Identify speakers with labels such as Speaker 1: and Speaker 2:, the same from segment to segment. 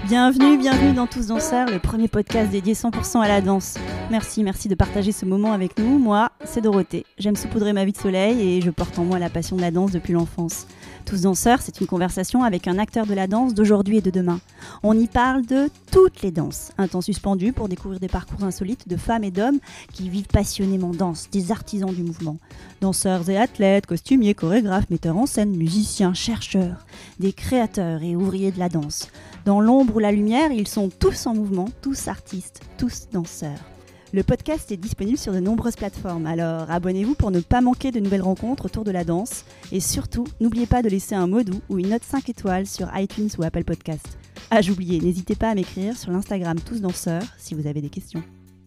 Speaker 1: Bienvenue dans Tous Danseurs, le premier podcast dédié 100% à la danse. Merci de partager ce moment avec nous. Moi, c'est Dorothée. J'aime saupoudrer ma vie de soleil et je porte en moi la passion de la danse depuis l'enfance. Tous Danseurs, c'est une conversation avec un acteur de la danse d'aujourd'hui et de demain. On y parle de toutes les danses. Un temps suspendu pour découvrir des parcours insolites de femmes et d'hommes qui vivent passionnément danse, des artisans du mouvement. Danseurs et athlètes, costumiers, chorégraphes, metteurs en scène, musiciens, chercheurs, des créateurs et ouvriers de la danse. Dans l'ombre ou la lumière, ils sont tous en mouvement, tous artistes, tous danseurs. Le podcast est disponible sur de nombreuses plateformes, alors abonnez-vous pour ne pas manquer de nouvelles rencontres autour de la danse. Et surtout, n'oubliez pas de laisser un mot doux ou une note 5 étoiles sur iTunes ou Apple Podcast. Ah, j'oubliais, n'hésitez pas à m'écrire sur l'Instagram Tous Danseurs si vous avez des questions.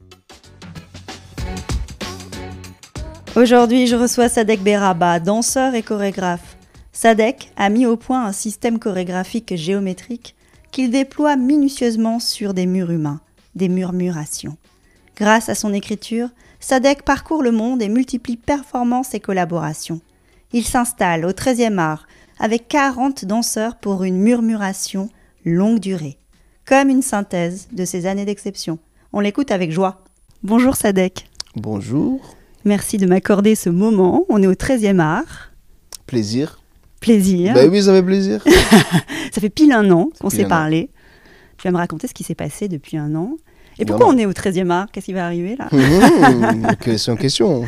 Speaker 1: Aujourd'hui, je reçois Sadek Berraba, danseur et chorégraphe. Sadek a mis au point un système chorégraphique géométrique qu'il déploie minutieusement sur des murs humains, des murmurations. Grâce à son écriture, Sadek parcourt le monde et multiplie performances et collaborations. Il s'installe au 13e art avec 40 danseurs pour une murmuration longue durée, comme une synthèse de ses années d'exception. On l'écoute avec joie. Bonjour Sadek.
Speaker 2: Bonjour.
Speaker 1: Merci de m'accorder ce moment. On est au 13e art.
Speaker 2: Plaisir.
Speaker 1: Plaisir.
Speaker 2: Oui, ça fait plaisir.
Speaker 1: Ça fait pile un an qu'on s'est parlé. Tu vas me raconter ce qui s'est passé depuis un an. Et pourquoi on est au 13e art? Qu'est-ce qui va arriver là?
Speaker 2: Question.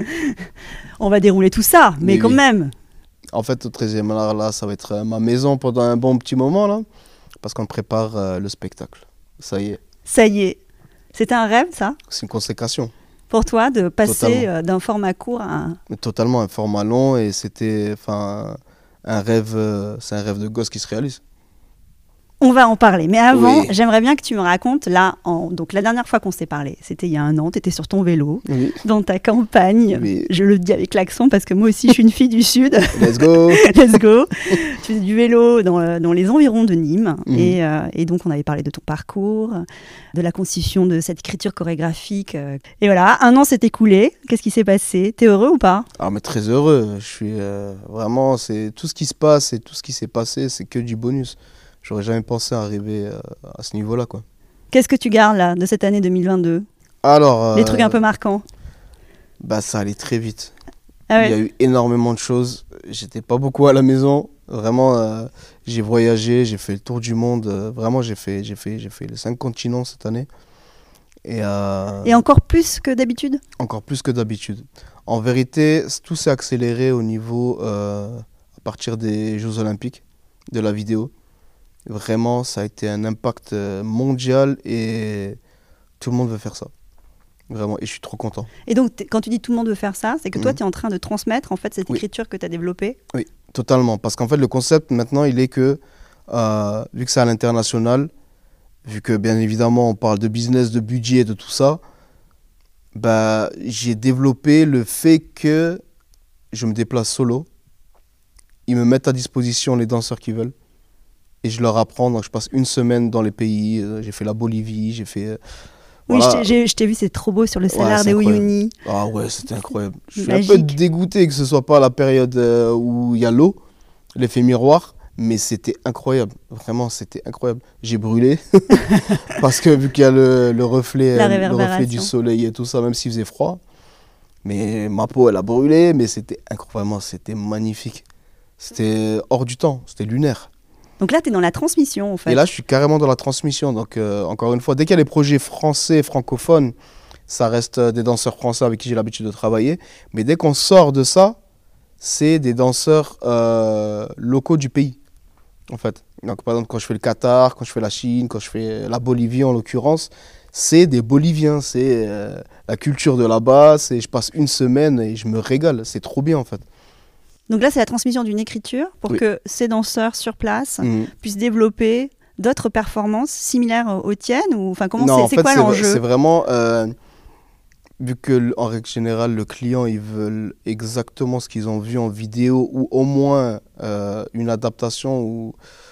Speaker 1: On va dérouler tout ça, mais quand même.
Speaker 2: En fait, au 13e art, là, ça va être ma maison pendant un bon petit moment, là, parce qu'on prépare le spectacle. Ça y est.
Speaker 1: Ça y est. C'était un rêve, ça?
Speaker 2: C'est une consécration.
Speaker 1: Pour toi, de passer d'un format court à un...
Speaker 2: Totalement, un format long, et c'était un rêve, c'est un rêve de gosse qui se réalise.
Speaker 1: On va en parler, mais avant, j'aimerais bien que tu me racontes, là, donc la dernière fois qu'on s'est parlé, c'était il y a un an, tu étais sur ton vélo, dans ta campagne, je le dis avec l'accent parce que moi aussi je suis une fille du Sud.
Speaker 2: Let's go.
Speaker 1: Let's go. Tu faisais du vélo dans les environs de Nîmes, et donc on avait parlé de ton parcours, de la constitution de cette écriture chorégraphique, et voilà, un an s'est écoulé, qu'est-ce qui s'est passé? T'es heureux ou pas?
Speaker 2: Ah mais très heureux, je suis vraiment, c'est tout ce qui se passe et tout ce qui s'est passé, c'est que du bonus. J'aurais jamais pensé arriver à ce niveau-là, quoi.
Speaker 1: Qu'est-ce que tu gardes, là, de cette année 2022?
Speaker 2: Alors...
Speaker 1: les trucs un peu marquants?
Speaker 2: Bah, ça allait très vite.
Speaker 1: Ah ouais.
Speaker 2: Il y a eu énormément de choses. J'étais pas beaucoup à la maison. Vraiment, j'ai voyagé, j'ai fait le tour du monde. Vraiment, j'ai fait les 5 continents cette année. Et
Speaker 1: encore plus que d'habitude?
Speaker 2: Encore plus que d'habitude. En vérité, tout s'est accéléré au niveau... à partir des Jeux Olympiques, de la vidéo. Vraiment, ça a été un impact mondial et tout le monde veut faire ça. Vraiment, et je suis trop content.
Speaker 1: Et donc, quand tu dis tout le monde veut faire ça, c'est que toi, tu es en train de transmettre en fait, cette écriture que tu as développée?
Speaker 2: Oui, totalement. Parce qu'en fait, le concept, maintenant, il est que, vu que c'est à l'international, vu que, bien évidemment, on parle de business, de budget, de tout ça, bah, j'ai développé le fait que je me déplace solo. Ils me mettent à disposition les danseurs qui veulent. Et je leur apprends, donc je passe une semaine dans les pays, j'ai fait la Bolivie, j'ai fait...
Speaker 1: voilà. Oui, je t'ai vu, c'est trop beau sur le salaire des Uyuni.
Speaker 2: Ah ouais, c'était incroyable. Je suis un peu dégoûté que ce soit pas la période où il y a l'eau, l'effet miroir, mais c'était incroyable, vraiment c'était incroyable. J'ai brûlé, parce que vu qu'il y a le reflet du soleil et tout ça, même s'il faisait froid, mais ma peau elle a brûlé, mais c'était incroyable, c'était magnifique. C'était hors du temps, c'était lunaire.
Speaker 1: Donc là, tu es dans la transmission, en fait.
Speaker 2: Et là, je suis carrément dans la transmission. Donc, encore une fois, dès qu'il y a des projets français, francophones, ça reste des danseurs français avec qui j'ai l'habitude de travailler. Mais dès qu'on sort de ça, c'est des danseurs locaux du pays, en fait. Donc, par exemple, quand je fais le Qatar, quand je fais la Chine, quand je fais la Bolivie, en l'occurrence, c'est des Boliviens. C'est la culture de là-bas. Je passe une semaine et je me régale. C'est trop bien, en fait.
Speaker 1: Donc là, c'est la transmission d'une écriture pour que ces danseurs sur place puissent développer d'autres performances similaires aux tiennes ou enfin comment c'est quoi l'enjeu? C'est
Speaker 2: vraiment vu que en règle générale le client ils veulent exactement ce qu'ils ont vu en vidéo ou au moins une adaptation ou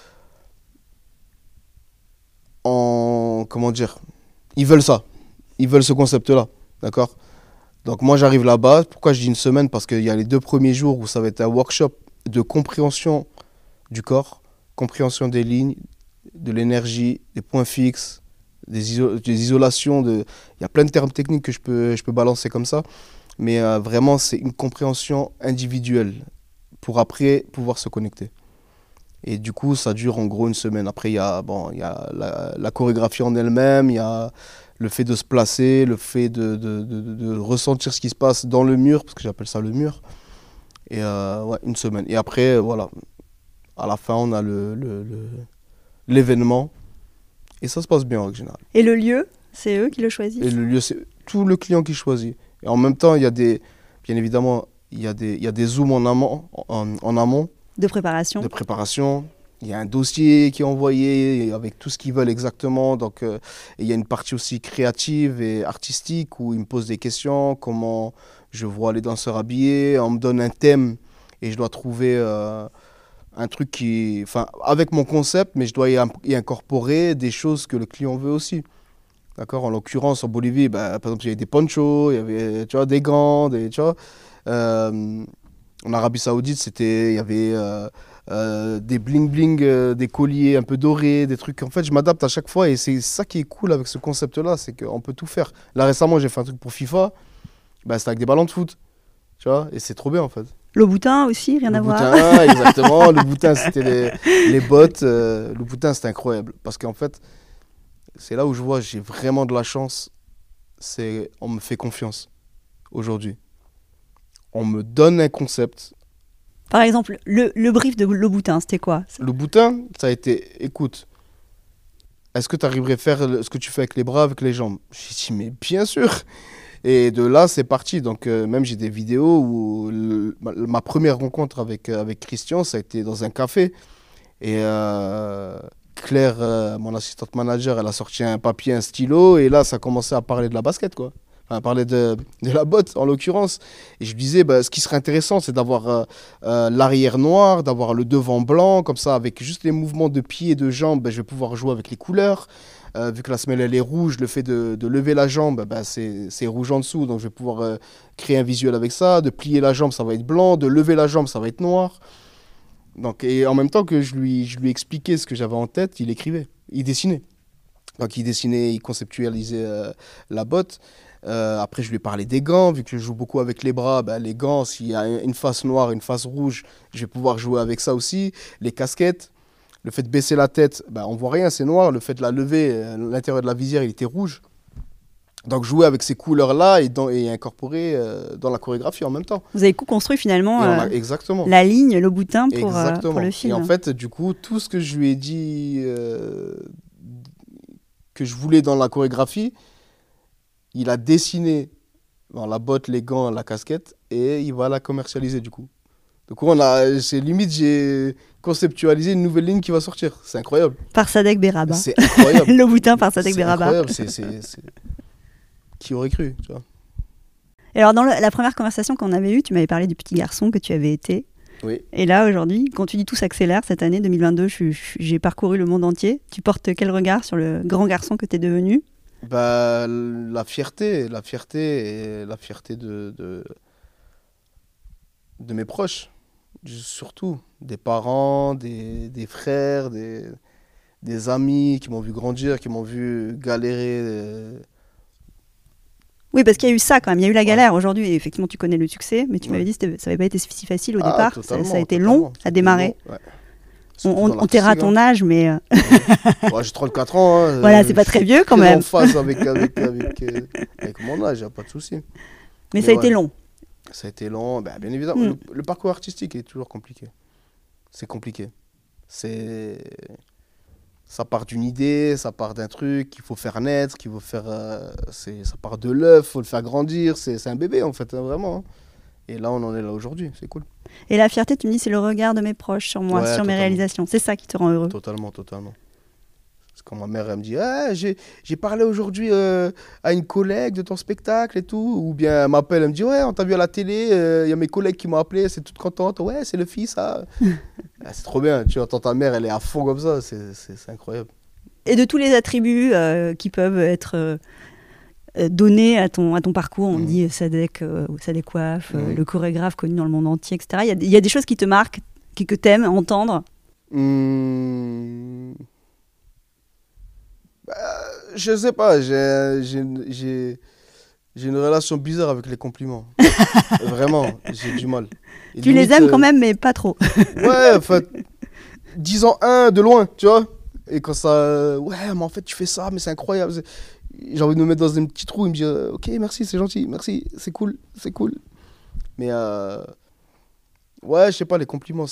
Speaker 2: comment dire, ils veulent ça, ils veulent ce concept-là, d'accord? Donc moi j'arrive là-bas, pourquoi je dis une semaine? Parce qu'il y a les 2 premiers jours où ça va être un workshop de compréhension du corps, compréhension des lignes, de l'énergie, des points fixes, des isolations. Il y a plein de termes techniques que je peux balancer comme ça. Mais vraiment, c'est une compréhension individuelle pour après pouvoir se connecter. Et du coup, ça dure en gros une semaine. Après, il y a la chorégraphie en elle-même, il y a le fait de se placer, le fait de ressentir ce qui se passe dans le mur, parce que j'appelle ça le mur. Et ouais, une semaine. Et après, voilà, à la fin, on a l'événement. Et ça se passe bien en général.
Speaker 1: Et le lieu, c'est eux qui le choisissent?
Speaker 2: Et le lieu, c'est tout le client qui choisit. Et en même temps, bien évidemment, il y a des zooms en amont.
Speaker 1: De préparation.
Speaker 2: Il y a un dossier qui est envoyé avec tout ce qu'ils veulent exactement. Donc, il y a une partie aussi créative et artistique où ils me posent des questions, comment je vois les danseurs habillés. On me donne un thème et je dois trouver un truc avec mon concept, mais je dois y incorporer des choses que le client veut aussi. D'accord ? En l'occurrence, en Bolivie, par exemple, il y avait des ponchos, il y avait des gants, en Arabie Saoudite, il y avait des bling-bling, des colliers un peu dorés, des trucs. En fait, je m'adapte à chaque fois et c'est ça qui est cool avec ce concept-là, c'est qu'on peut tout faire. Là, récemment, j'ai fait un truc pour FIFA, c'était avec des ballons de foot, tu vois, et c'est trop bien en fait.
Speaker 1: Le boutin aussi, rien à voir.
Speaker 2: Le boutin, exactement. Le boutin, c'était les bottes. Le boutin, c'était incroyable. Parce qu'en fait, c'est là où je vois, j'ai vraiment de la chance. On me fait confiance aujourd'hui. On me donne un concept.
Speaker 1: Par exemple, le brief de Le Boutin, c'était quoi?
Speaker 2: Le Boutin, ça a été, écoute, est-ce que tu arriverais à faire ce que tu fais avec les bras, avec les jambes? J'ai dit, mais bien sûr. Et de là, c'est parti. Donc, même j'ai des vidéos où ma première rencontre avec Christian, ça a été dans un café. Et Claire, mon assistante manager, elle a sorti un papier, un stylo. Et là, ça a commencé à parler de la basket, quoi. Enfin, parler de la botte, en l'occurrence. Et je disais, ce qui serait intéressant, c'est d'avoir l'arrière noir, d'avoir le devant blanc. Comme ça, avec juste les mouvements de pied et de jambes, je vais pouvoir jouer avec les couleurs. Vu que la semelle elle est rouge, le fait de lever la jambe, c'est rouge en dessous, donc je vais pouvoir créer un visuel avec ça. De plier la jambe, ça va être blanc. De lever la jambe, ça va être noir. Donc, et en même temps que je lui expliquais ce que j'avais en tête, il écrivait, il dessinait. Donc il dessinait, il conceptualisait la botte. Après, je lui ai parlé des gants, vu que je joue beaucoup avec les bras. Les gants, s'il y a une face noire, une face rouge, je vais pouvoir jouer avec ça aussi. Les casquettes. Le fait de baisser la tête, on voit rien, c'est noir. Le fait de la lever, l'intérieur de la visière, il était rouge. Donc jouer avec ces couleurs-là et incorporer dans la chorégraphie en même temps.
Speaker 1: Vous avez co-construit finalement
Speaker 2: exactement.
Speaker 1: La ligne, le boutin pour le film.
Speaker 2: Et en fait, du coup, tout ce que je lui ai dit que je voulais dans la chorégraphie, il a dessiné la botte, les gants, la casquette et il va la commercialiser du coup. Donc c'est limite, j'ai conceptualisé une nouvelle ligne qui va sortir. C'est incroyable.
Speaker 1: Par Sadek Beraba.
Speaker 2: C'est incroyable.
Speaker 1: Le boutin par Sadek Beraba.
Speaker 2: C'est incroyable. Qui aurait cru, tu vois.
Speaker 1: Et alors, dans la première conversation qu'on avait eue, tu m'avais parlé du petit garçon que tu avais été.
Speaker 2: Oui.
Speaker 1: Et là, aujourd'hui, quand tu dis tout s'accélère, cette année 2022, j'ai parcouru le monde entier. Tu portes quel regard sur le grand garçon que tu es devenu?
Speaker 2: La fierté et la fierté de mes proches. Surtout des parents, des frères, des amis qui m'ont vu grandir, qui m'ont vu galérer.
Speaker 1: Oui, parce qu'il y a eu ça quand même, il y a eu la galère. Aujourd'hui, effectivement, tu connais le succès, mais tu m'avais dit que ça n'avait pas été si facile au départ. Ça a été long à démarrer.
Speaker 2: Ouais.
Speaker 1: On t'aira à ton âge, mais...
Speaker 2: j'ai 34 ans. Hein,
Speaker 1: voilà, c'est pas très vieux quand même.
Speaker 2: En phase avec mon âge, il n'y a pas de souci.
Speaker 1: Mais ça a été long.
Speaker 2: Ça a été long, bien évidemment. Le parcours artistique est toujours compliqué. C'est compliqué. Ça part d'une idée, ça part d'un truc qu'il faut faire naître, ça part de l'œuf, il faut le faire grandir. C'est un bébé en fait, vraiment. Et là, on en est là aujourd'hui, c'est cool.
Speaker 1: Et la fierté, tu me dis, c'est le regard de mes proches sur moi, sur mes réalisations. C'est ça qui te rend heureux.
Speaker 2: Totalement. Parce que quand ma mère, elle me dit j'ai parlé aujourd'hui à une collègue de ton spectacle et tout. Ou bien elle m'appelle, elle me dit ouais, on t'a vu à la télé, il y a mes collègues qui m'ont appelé, c'est toute contente. Ouais, c'est le fils, ça. C'est trop bien, tu entends ta mère, elle est à fond comme ça, c'est incroyable.
Speaker 1: Et de tous les attributs qui peuvent être donnés à ton parcours, on dit Sadek Waf, le chorégraphe connu dans le monde entier, etc. Il y a des choses qui te marquent, que tu aimes entendre?
Speaker 2: Je sais pas, j'ai une relation bizarre avec les compliments. Vraiment, j'ai du mal. Et
Speaker 1: Tu les
Speaker 2: limite,
Speaker 1: aimes quand même, mais pas trop.
Speaker 2: Ouais, enfin, disons un de loin, tu vois. Et quand ça. Ouais, mais en fait, tu fais ça, mais c'est incroyable. J'ai envie de me mettre dans un petit trou et me dire, ok, merci, c'est gentil, merci, c'est cool, c'est cool. Mais ouais, je sais pas, les compliments,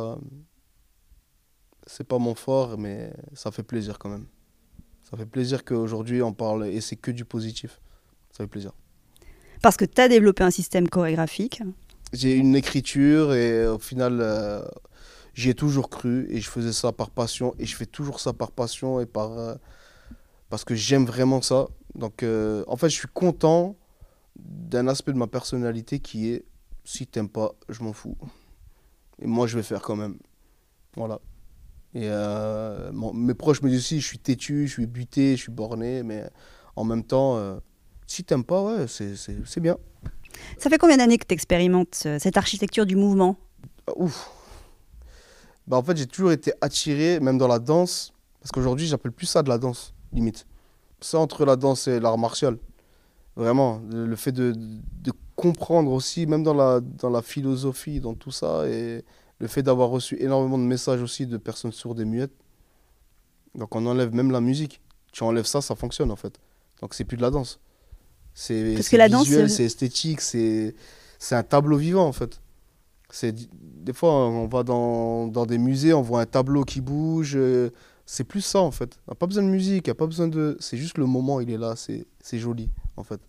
Speaker 2: c'est pas mon fort, mais ça fait plaisir quand même. Ça fait plaisir qu'aujourd'hui on parle et c'est que du positif. Ça fait plaisir.
Speaker 1: Parce que tu as développé un système chorégraphique.
Speaker 2: J'ai une écriture et au final, j'y ai toujours cru et je faisais ça par passion et je fais toujours ça par passion et parce que j'aime vraiment ça. Donc en fait, je suis content d'un aspect de ma personnalité qui est si t'aimes pas, je m'en fous. Et moi, je vais faire quand même. Voilà. Et mes proches me disent aussi, je suis têtu, je suis buté, je suis borné, mais en même temps, si t'aimes pas, ouais, c'est bien.
Speaker 1: Ça fait combien d'années que tu expérimentes cette architecture du mouvement?
Speaker 2: Ouf. Bah, en fait, j'ai toujours été attiré, même dans la danse, parce qu'aujourd'hui, j'appelle plus ça de la danse, limite. Ça, entre la danse et l'art martial. Vraiment, le fait de comprendre aussi, même dans la philosophie, dans tout ça, et le fait d'avoir reçu énormément de messages aussi de personnes sourdes et muettes. Donc on enlève même la musique. Tu enlèves ça, ça fonctionne en fait. Donc c'est plus de la danse.
Speaker 1: Parce que
Speaker 2: C'est
Speaker 1: la danse,
Speaker 2: visuel, c'est esthétique, c'est un tableau vivant en fait. Des fois on va dans des musées, on voit un tableau qui bouge. C'est plus ça en fait. Il n'y a pas besoin de musique, il n'y a pas besoin de... C'est juste le moment, il est là, c'est joli en fait.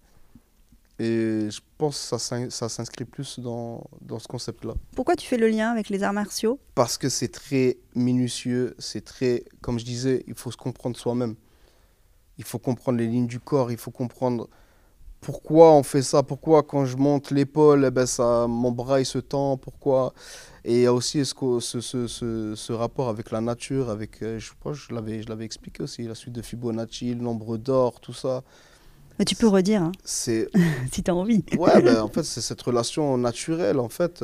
Speaker 2: Et je pense que ça s'inscrit plus dans ce concept-là.
Speaker 1: Pourquoi tu fais le lien avec les arts martiaux?
Speaker 2: Parce que c'est très minutieux, c'est très, comme je disais, il faut se comprendre soi-même. Il faut comprendre les lignes du corps, il faut comprendre pourquoi on fait ça, pourquoi quand je monte l'épaule, eh ben ça, mon bras il se tend, pourquoi. Et il y a aussi ce rapport avec la nature, avec, je pense, je l'avais expliqué aussi, la suite de Fibonacci, le nombre d'or, tout ça.
Speaker 1: Mais tu peux redire, hein,
Speaker 2: C'est,
Speaker 1: si tu as envie.
Speaker 2: ouais, ben, en fait, c'est cette relation naturelle, en fait.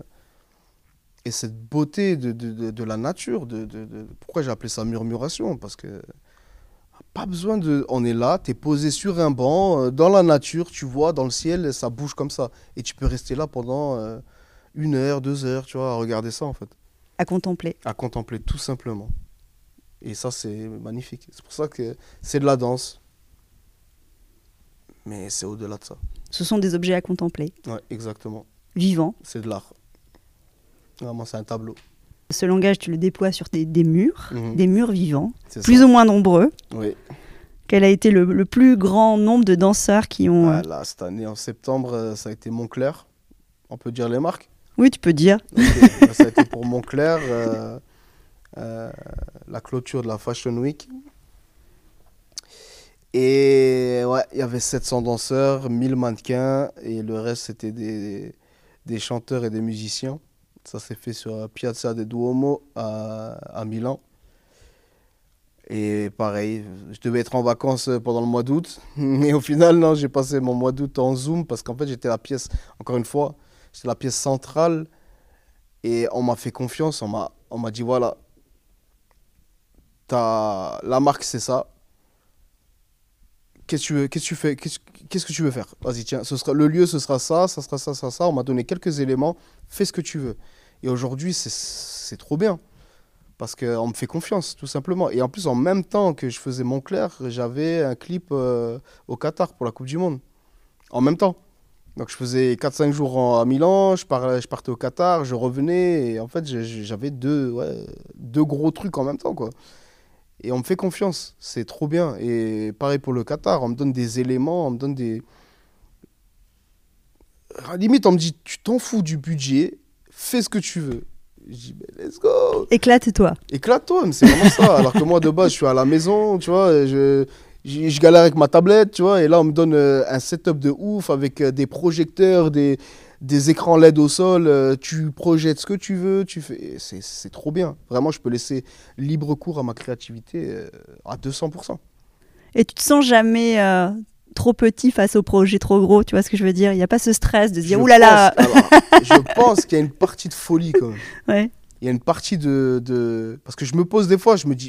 Speaker 2: Et cette beauté de la nature, pourquoi j'ai appelé ça murmuration? Parce que pas besoin de... On est là, tu es posé sur un banc, dans la nature, tu vois, dans le ciel, ça bouge comme ça. Et tu peux rester là pendant 1 heure, 2 heures, tu vois, à regarder ça, en fait.
Speaker 1: À contempler.
Speaker 2: À contempler, tout simplement. Et ça, c'est magnifique. C'est pour ça que c'est de la danse. Mais c'est au-delà de ça.
Speaker 1: Ce sont des objets à contempler.
Speaker 2: Ouais, exactement.
Speaker 1: Vivants.
Speaker 2: C'est de l'art. Vraiment, c'est un tableau.
Speaker 1: Ce langage, tu le déploies sur des murs, des murs vivants, plus
Speaker 2: ça.
Speaker 1: ou moins nombreux.
Speaker 2: Oui.
Speaker 1: Quel a été le plus grand nombre de danseurs qui ont...
Speaker 2: Là, cette année, en septembre, ça a été Moncler. On peut dire les marques?
Speaker 1: Oui, tu peux dire.
Speaker 2: Okay. Ça a été pour Moncler, la clôture de la Fashion Week. Et ouais, il y avait 700 danseurs, 1000 mannequins, et le reste, c'était des chanteurs et des musiciens. Ça s'est fait sur Piazza del Duomo à Milan. Et pareil, je devais être en vacances pendant le mois d'août. Mais au final, non, j'ai passé mon mois d'août en Zoom parce qu'en fait, j'étais la pièce, encore une fois, j'étais la pièce centrale. Et on m'a fait confiance, on m'a dit, voilà, la marque, c'est ça. Qu'est-ce que tu fais? Qu'est-ce que tu veux faire? Vas-y, tiens, le lieu, ce sera ça, ça sera ça, ça. On m'a donné quelques éléments, fais ce que tu veux. Et aujourd'hui, c'est trop bien. Parce qu'on me fait confiance, tout simplement. Et en plus, en même temps que je faisais Moncler, j'avais un clip au Qatar pour la Coupe du Monde. En même temps. Donc je faisais 4-5 jours à Milan, je partais au Qatar, je revenais. Et en fait, j'avais deux gros trucs en même temps, quoi. Et on me fait confiance, c'est trop bien. Et pareil pour le Qatar, on me donne des éléments, on me donne des... À la limite, on me dit, tu t'en fous du budget, fais ce que tu veux. Je dis, let's go.
Speaker 1: Éclate-toi.
Speaker 2: Éclate-toi, mais c'est vraiment ça. Alors que moi, de base, je suis à la maison, tu vois, je galère avec ma tablette, tu vois, et là, on me donne un setup de ouf avec des projecteurs, des écrans LED au sol, tu projettes ce que tu veux, c'est trop bien. Vraiment, je peux laisser libre cours à ma créativité à 200%.
Speaker 1: Et tu te sens jamais trop petit face au projet trop gros, tu vois ce que je veux dire? Il n'y a pas ce stress de se dire, oulala.
Speaker 2: Je pense qu'il y a une partie de folie quand même.
Speaker 1: Ouais.
Speaker 2: Il y a une partie parce que je me pose des fois, je me dis,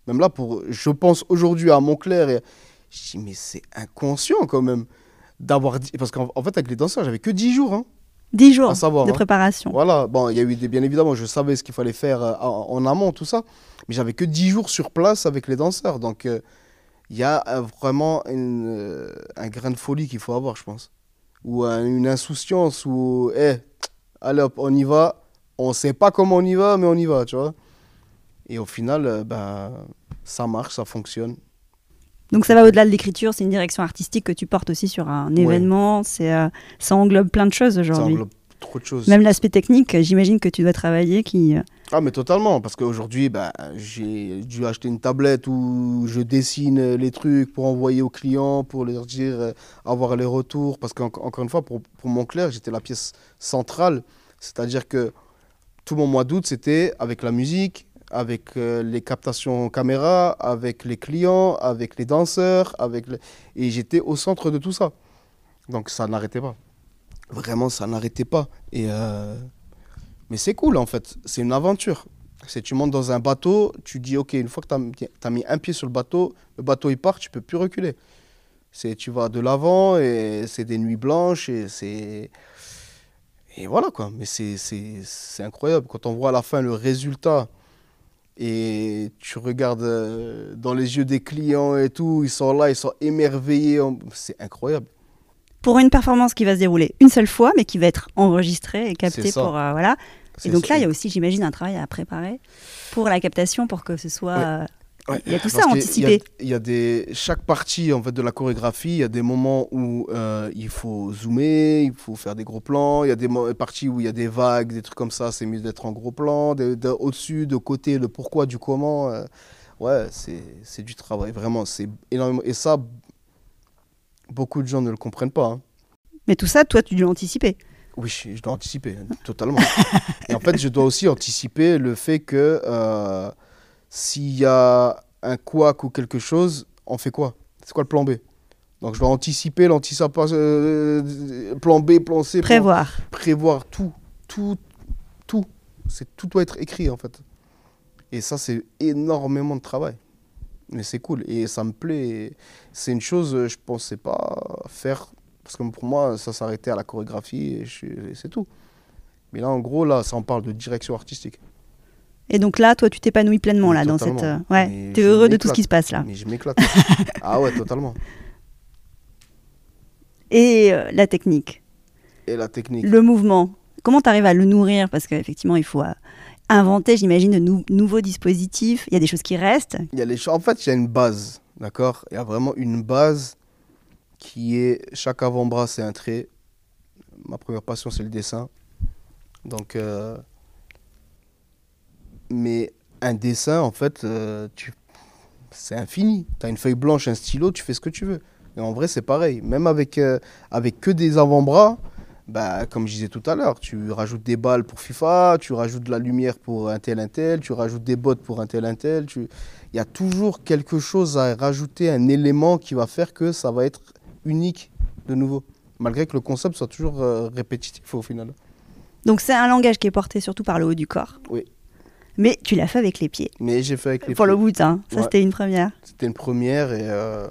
Speaker 2: Même là, je pense aujourd'hui à Montclair, et je dis, mais c'est inconscient quand même d'avoir dit. Parce qu'en fait, avec les danseurs, j'avais que 10 jours, hein,
Speaker 1: 10
Speaker 2: à
Speaker 1: jours
Speaker 2: savoir.
Speaker 1: de
Speaker 2: Hein.
Speaker 1: préparation.
Speaker 2: Voilà, bon, il y a eu bien évidemment, je savais ce qu'il fallait faire en amont, tout ça, mais j'avais que 10 jours sur place avec les danseurs. Donc, il y a vraiment un grain de folie qu'il faut avoir, je pense. Ou une insouciance, ou, allez hop, on y va. On sait pas comment on y va, mais on y va, tu vois. Et au final, ça marche, ça fonctionne.
Speaker 1: Donc ça va au-delà de l'écriture, c'est une direction artistique que tu portes aussi sur un événement. Ça englobe plein de choses aujourd'hui.
Speaker 2: Ça englobe trop de choses.
Speaker 1: Même l'aspect technique, j'imagine que tu dois travailler
Speaker 2: Ah mais totalement, parce qu'aujourd'hui, j'ai dû acheter une tablette où je dessine les trucs pour envoyer aux clients, pour leur dire, avoir les retours. Parce qu'encore une fois, pour Montclair, j'étais la pièce centrale. C'est-à-dire que tout mon mois d'août, c'était avec la musique, avec les captations caméra, avec les clients, avec les danseurs, et j'étais au centre de tout ça. Donc ça n'arrêtait pas. Vraiment, ça n'arrêtait pas. Mais c'est cool en fait, c'est une aventure. Tu montes dans un bateau, tu dis ok, une fois que tu as mis un pied sur le bateau il part, tu peux plus reculer. Tu vas de l'avant et c'est des nuits blanches et voilà quoi. Mais c'est incroyable quand on voit à la fin le résultat et tu regardes dans les yeux des clients et tout, ils sont là, ils sont émerveillés, c'est incroyable.
Speaker 1: Pour une performance qui va se dérouler une seule fois, mais qui va être enregistrée et captée pour voilà. Et donc là, il y a aussi, j'imagine, un travail à préparer pour la captation, pour que ce soit.
Speaker 2: Ouais.
Speaker 1: Il y a tout ça à anticiper.
Speaker 2: Il y a chaque partie en fait de la chorégraphie, il y a des moments où il faut zoomer, il faut faire des gros plans. Il y a des parties où il y a des vagues, des trucs comme ça. C'est mieux d'être en gros plan, au-dessus, de côté, le pourquoi, du comment. Ouais, c'est du travail, vraiment, c'est énormément. Et ça, beaucoup de gens ne le comprennent pas. Hein.
Speaker 1: Mais tout ça, toi, tu dois anticiper.
Speaker 2: Oui, je dois anticiper, totalement. Et en fait, je dois aussi anticiper le fait que s'il y a un couac ou quelque chose, on fait quoi? C'est quoi le plan B? Donc, je dois anticiper plan B, plan C. Prévoir tout. Tout doit être écrit, en fait. Et ça, c'est énormément de travail. Mais c'est cool. Et ça me plaît. C'est une chose, je ne pensais pas faire. Parce que pour moi, ça s'arrêtait à la chorégraphie et c'est tout. Mais là, en gros, là, ça en parle de direction artistique.
Speaker 1: Et donc là, toi, tu t'épanouis pleinement là, dans cette... Ouais, tu es heureux de tout ce qui se passe là.
Speaker 2: Mais je m'éclate. Ah ouais, totalement.
Speaker 1: Et la technique.
Speaker 2: Et la technique.
Speaker 1: Le mouvement. Comment tu arrives à le nourrir? Parce qu'effectivement, il faut inventer, j'imagine, de nouveaux dispositifs. Il y a des choses qui restent.
Speaker 2: En fait, il y a une base, d'accord? Il y a vraiment une base qui est chaque avant-bras, c'est un trait. Ma première passion, c'est le dessin. Donc, mais un dessin, en fait, c'est infini. Tu as une feuille blanche, un stylo, tu fais ce que tu veux. Et en vrai, c'est pareil. Même avec que des avant-bras, comme je disais tout à l'heure, tu rajoutes des balles pour FIFA, tu rajoutes de la lumière pour un tel, tu rajoutes des bottes pour un tel. Il y a toujours quelque chose à rajouter, un élément qui va faire que ça va être unique de nouveau. Malgré que le concept soit toujours répétitif au final.
Speaker 1: Donc c'est un langage qui est porté surtout par le haut du corps.
Speaker 2: Oui.
Speaker 1: Mais tu l'as fait avec les pieds.
Speaker 2: Mais j'ai fait avec les pieds.
Speaker 1: Pour le bout, hein. Ça, c'était une première.
Speaker 2: C'était une première et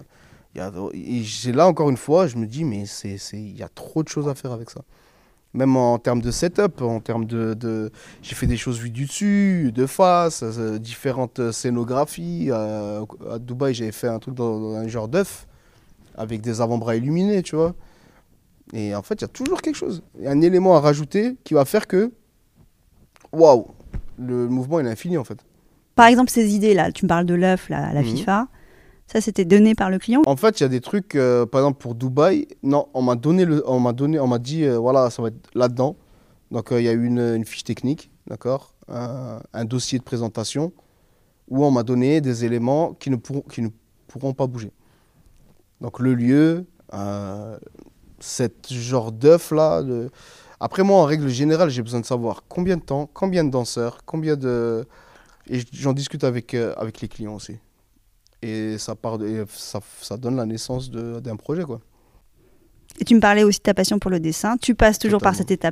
Speaker 2: là, encore une fois, je me dis, mais il y a trop de choses à faire avec ça. Même en termes de setup, en termes j'ai fait des choses vues du dessus, de face, différentes scénographies. À Dubaï, j'avais fait un truc dans un genre d'œuf, avec des avant-bras illuminés, tu vois. Et en fait, il y a toujours quelque chose. Il y a un élément à rajouter qui va faire que, waouh, le mouvement il est infini en fait.
Speaker 1: Par exemple, ces idées-là, tu me parles de l'œuf, la FIFA, ça c'était donné par le client? En
Speaker 2: fait, il y a des trucs, par exemple pour Dubaï, non, on m'a dit, voilà, ça va être là-dedans. Donc il y a eu une fiche technique, d'accord, un dossier de présentation, où on m'a donné des éléments qui ne pourront pas bouger. Donc le lieu, cette genre d'œuf là. Après moi, en règle générale, j'ai besoin de savoir combien de temps, combien de danseurs, et j'en discute avec les clients aussi. Et ça donne la naissance d'un projet, quoi.
Speaker 1: Et tu me parlais aussi de ta passion pour le dessin. Tu passes toujours par cette étape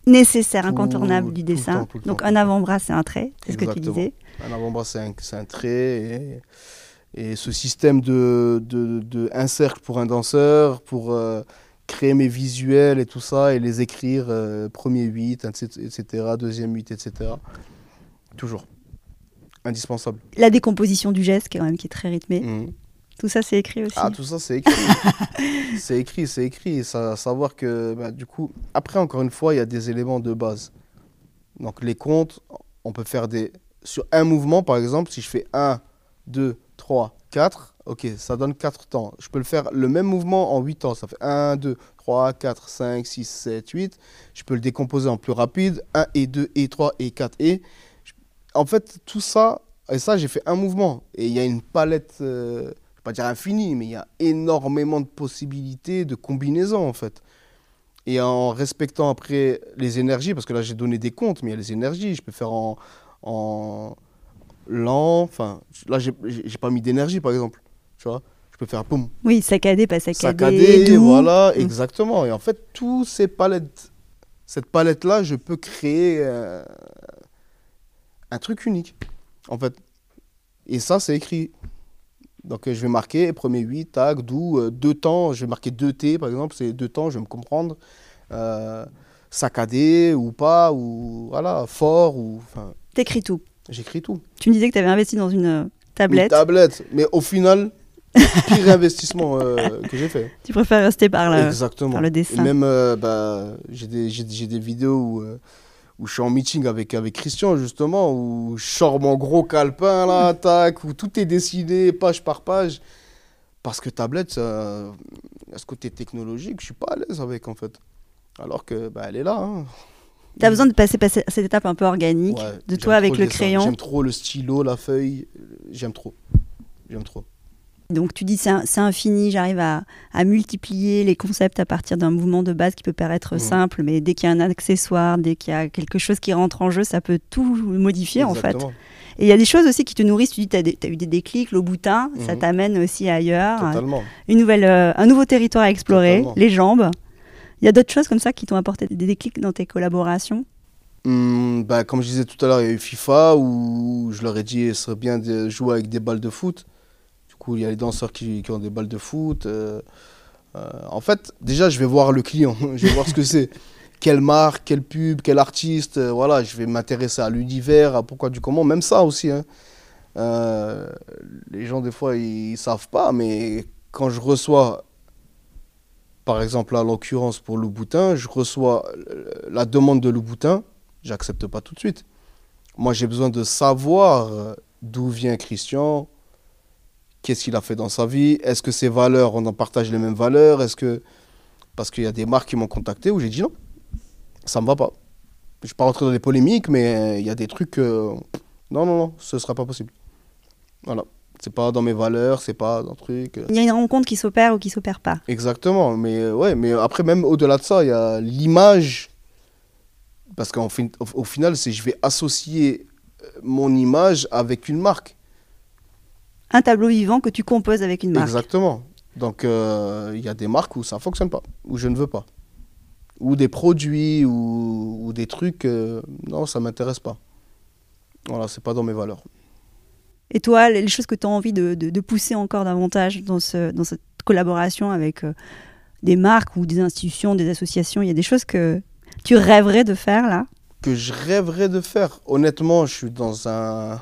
Speaker 1: nécessaire, incontournable du dessin.
Speaker 2: Tout le
Speaker 1: Donc
Speaker 2: temps.
Speaker 1: un avant-bras, c'est un trait, c'est ce que tu
Speaker 2: Exactement.
Speaker 1: disais.
Speaker 2: Un avant-bras, c'est un trait. Et ce système de un cercle pour un danseur, pour créer mes visuels et tout ça, et les écrire, premier 8, etc., deuxième 8, etc. Toujours. Indispensable.
Speaker 1: La décomposition du geste, qui est très rythmée.
Speaker 2: Mhm.
Speaker 1: Tout ça, c'est écrit aussi.
Speaker 2: Ah, tout ça, c'est écrit. C'est écrit. Savoir que, bah, du coup, après, encore une fois, il y a des éléments de base. Donc, les comptes, on peut faire sur un mouvement, par exemple, si je fais 1, 2, 3, 4, ok, ça donne 4 temps. Je peux le faire le même mouvement en 8 temps. Ça fait 1, 2, 3, 4, 5, 6, 7, 8. Je peux le décomposer en plus rapide. 1 et 2 et 3 et 4 et. En fait, tout ça, et ça, j'ai fait un mouvement. Et il y a une palette. Pas dire infini, mais il y a énormément de possibilités de combinaisons en fait. Et en respectant après les énergies, parce que là j'ai donné des comptes, mais il y a les énergies, je peux faire en lent, enfin là j'ai pas mis d'énergie par exemple, tu vois, je peux faire poum.
Speaker 1: Oui, saccadé, pas saccadé,
Speaker 2: Saccadé,
Speaker 1: doux.
Speaker 2: voilà, exactement. Et en fait, toutes ces palettes, cette palette-là, je peux créer un truc unique, en fait. Et ça, c'est écrit. Donc, je vais marquer premier 8, tag, doux, 2 temps. Je vais marquer 2 T, par exemple. C'est 2 temps, je vais me comprendre. Saccadé ou pas, ou voilà, fort. Enfin,
Speaker 1: t'écris tout.
Speaker 2: j'écris tout.
Speaker 1: Tu me disais que tu avais investi dans une tablette.
Speaker 2: Une tablette. Mais au final, pire investissement que j'ai fait.
Speaker 1: Tu préfères rester par
Speaker 2: Exactement.
Speaker 1: par le dessin.
Speaker 2: Et même, j'ai des vidéos où je suis en meeting avec Christian, justement, où je sors mon gros calepin, là, tac, où tout est dessiné, page par page. Parce que tablette, à ce côté technologique, je suis pas à l'aise avec, en fait. Alors que, elle est là. Hein.
Speaker 1: Tu as besoin de passer cette étape un peu organique de toi avec le crayon.
Speaker 2: J'aime trop le stylo, la feuille. J'aime trop.
Speaker 1: Donc tu dis c'est infini, j'arrive à multiplier les concepts à partir d'un mouvement de base qui peut paraître simple, mais dès qu'il y a un accessoire, dès qu'il y a quelque chose qui rentre en jeu, ça peut tout modifier. Exactement. En fait. Et il y a des choses aussi qui te nourrissent, tu dis tu as eu des déclics, le boutin, ça t'amène aussi ailleurs.
Speaker 2: Totalement.
Speaker 1: Un nouveau territoire à explorer,
Speaker 2: Totalement.
Speaker 1: les jambes. Il y a d'autres choses comme ça qui t'ont apporté des déclics dans tes collaborations?
Speaker 2: Comme je disais tout à l'heure, il y a eu FIFA où je leur ai dit ce serait bien de jouer avec des balles de foot. Du coup, il y a les danseurs qui ont des balles de foot. En fait, déjà, je vais voir le client. Je vais voir ce que c'est. Quelle marque, quelle pub, quel artiste. Voilà, je vais m'intéresser à l'univers, à pourquoi du comment. Même ça aussi. Hein. Les gens, des fois, ils savent pas. Mais quand je reçois, par exemple, à l'occurrence pour Louboutin, je reçois la demande de Louboutin, j'accepte pas tout de suite. Moi, j'ai besoin de savoir d'où vient Christian. Qu'est-ce qu'il a fait dans sa vie? Est-ce que ses valeurs, on en partage les mêmes valeurs? Parce qu'il y a des marques qui m'ont contacté où j'ai dit non, ça me va pas. Je ne vais pas rentrer dans les polémiques, mais il y a des trucs... non, ce ne sera pas possible. Voilà. C'est pas dans mes valeurs, c'est pas dans le truc...
Speaker 1: Il y a une rencontre qui s'opère ou qui s'opère pas.
Speaker 2: Exactement. Mais mais après, même au-delà de ça, il y a l'image. Parce qu'au final, je vais associer mon image avec une marque.
Speaker 1: Un tableau vivant que tu composes avec une marque.
Speaker 2: Exactement. Donc, il y a des marques où ça ne fonctionne pas, où je ne veux pas. Ou des produits, ou des trucs, non, ça ne m'intéresse pas. Voilà, ce n'est pas dans mes valeurs.
Speaker 1: Et toi, les choses que tu as envie de pousser encore davantage dans cette collaboration avec des marques ou des institutions, des associations, il y a des choses que tu rêverais de faire là?
Speaker 2: Que je rêverais de faire. Honnêtement, je suis dans un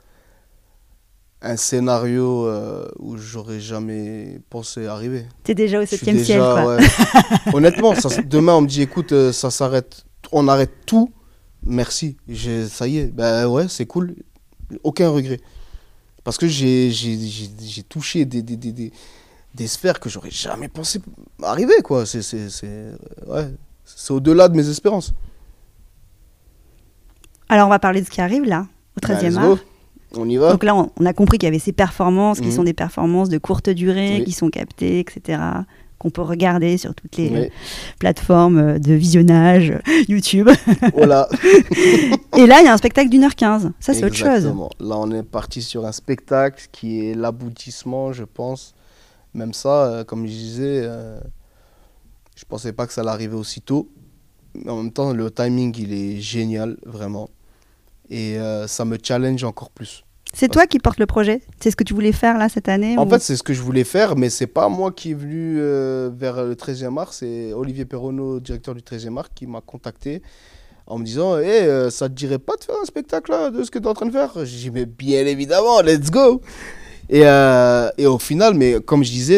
Speaker 2: scénario où j'aurais jamais pensé arriver.
Speaker 1: T'es déjà au 7e ciel, quoi.
Speaker 2: Ouais. Honnêtement, demain on me dit écoute, ça s'arrête, on arrête tout, merci, ça y est, ouais, c'est cool, aucun regret. Parce que j'ai touché des sphères que j'aurais jamais pensé arriver, quoi. C'est au-delà de mes espérances.
Speaker 1: Alors on va parler de ce qui arrive là, au 13e art.
Speaker 2: On y va.
Speaker 1: Donc là, on a compris qu'il y avait ces performances qui sont des performances de courte durée, qui sont captées, etc., qu'on peut regarder sur toutes les plateformes de visionnage, YouTube.
Speaker 2: Voilà.
Speaker 1: Et là, il y a un spectacle d'1h15. Ça, c'est autre chose.
Speaker 2: Exactement. Là, on est parti sur un spectacle qui est l'aboutissement, je pense. Même ça, comme je disais, je ne pensais pas que ça allait arriver aussitôt. mais en même temps, le timing, il est génial, vraiment. Et ça me challenge encore plus.
Speaker 1: C'est toi qui portes le projet? C'est ce que tu voulais faire là cette année?
Speaker 2: En fait, c'est ce que je voulais faire, mais c'est pas moi qui est venu vers le 13e art. C'est Olivier Perronneau, directeur du 13e art, qui m'a contacté en me disant hey, ça te dirait pas de faire un spectacle là, de ce que tu es en train de faire? J'ai dit mais bien évidemment, let's go! Et au final, mais comme je disais,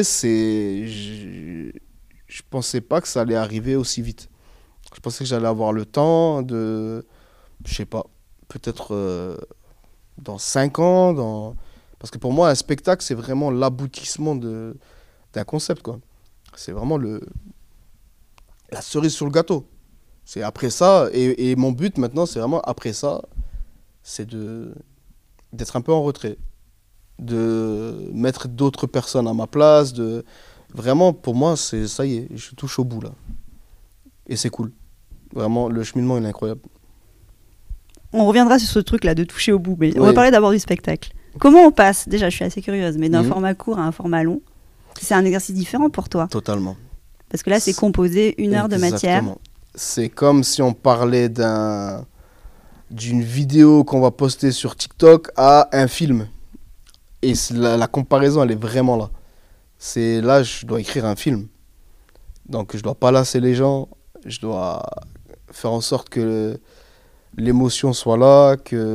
Speaker 2: je pensais pas que ça allait arriver aussi vite. Je pensais que j'allais avoir le temps de, je sais pas, peut-être dans 5 ans, parce que pour moi, un spectacle, c'est vraiment l'aboutissement d'un concept, quoi. C'est vraiment la cerise sur le gâteau. C'est après ça, et mon but maintenant, c'est vraiment après ça, c'est d'être un peu en retrait, de mettre d'autres personnes à ma place, vraiment, pour moi, ça y est, je touche au bout, là. Et c'est cool. Vraiment, le cheminement, il est incroyable.
Speaker 1: On reviendra sur ce truc-là de toucher au bout, mais
Speaker 2: Oui.
Speaker 1: on va parler d'abord du spectacle. Comment on passe, déjà je suis assez curieuse, mais d'un format court à un format long, c'est un exercice différent pour toi?
Speaker 2: Totalement.
Speaker 1: Parce que là, c'est composé 1 heure de matière.
Speaker 2: Exactement. C'est comme si on parlait d'une vidéo qu'on va poster sur TikTok à un film. Et la comparaison, elle est vraiment là. Là, je dois écrire un film. Donc, je dois pas lasser les gens. Je dois faire en sorte que l'émotion soit là,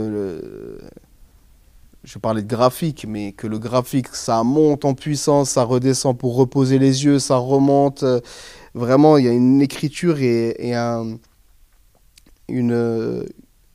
Speaker 2: je parlais de graphique, mais que le graphique, ça monte en puissance, ça redescend pour reposer les yeux, ça remonte. Vraiment, il y a une écriture et une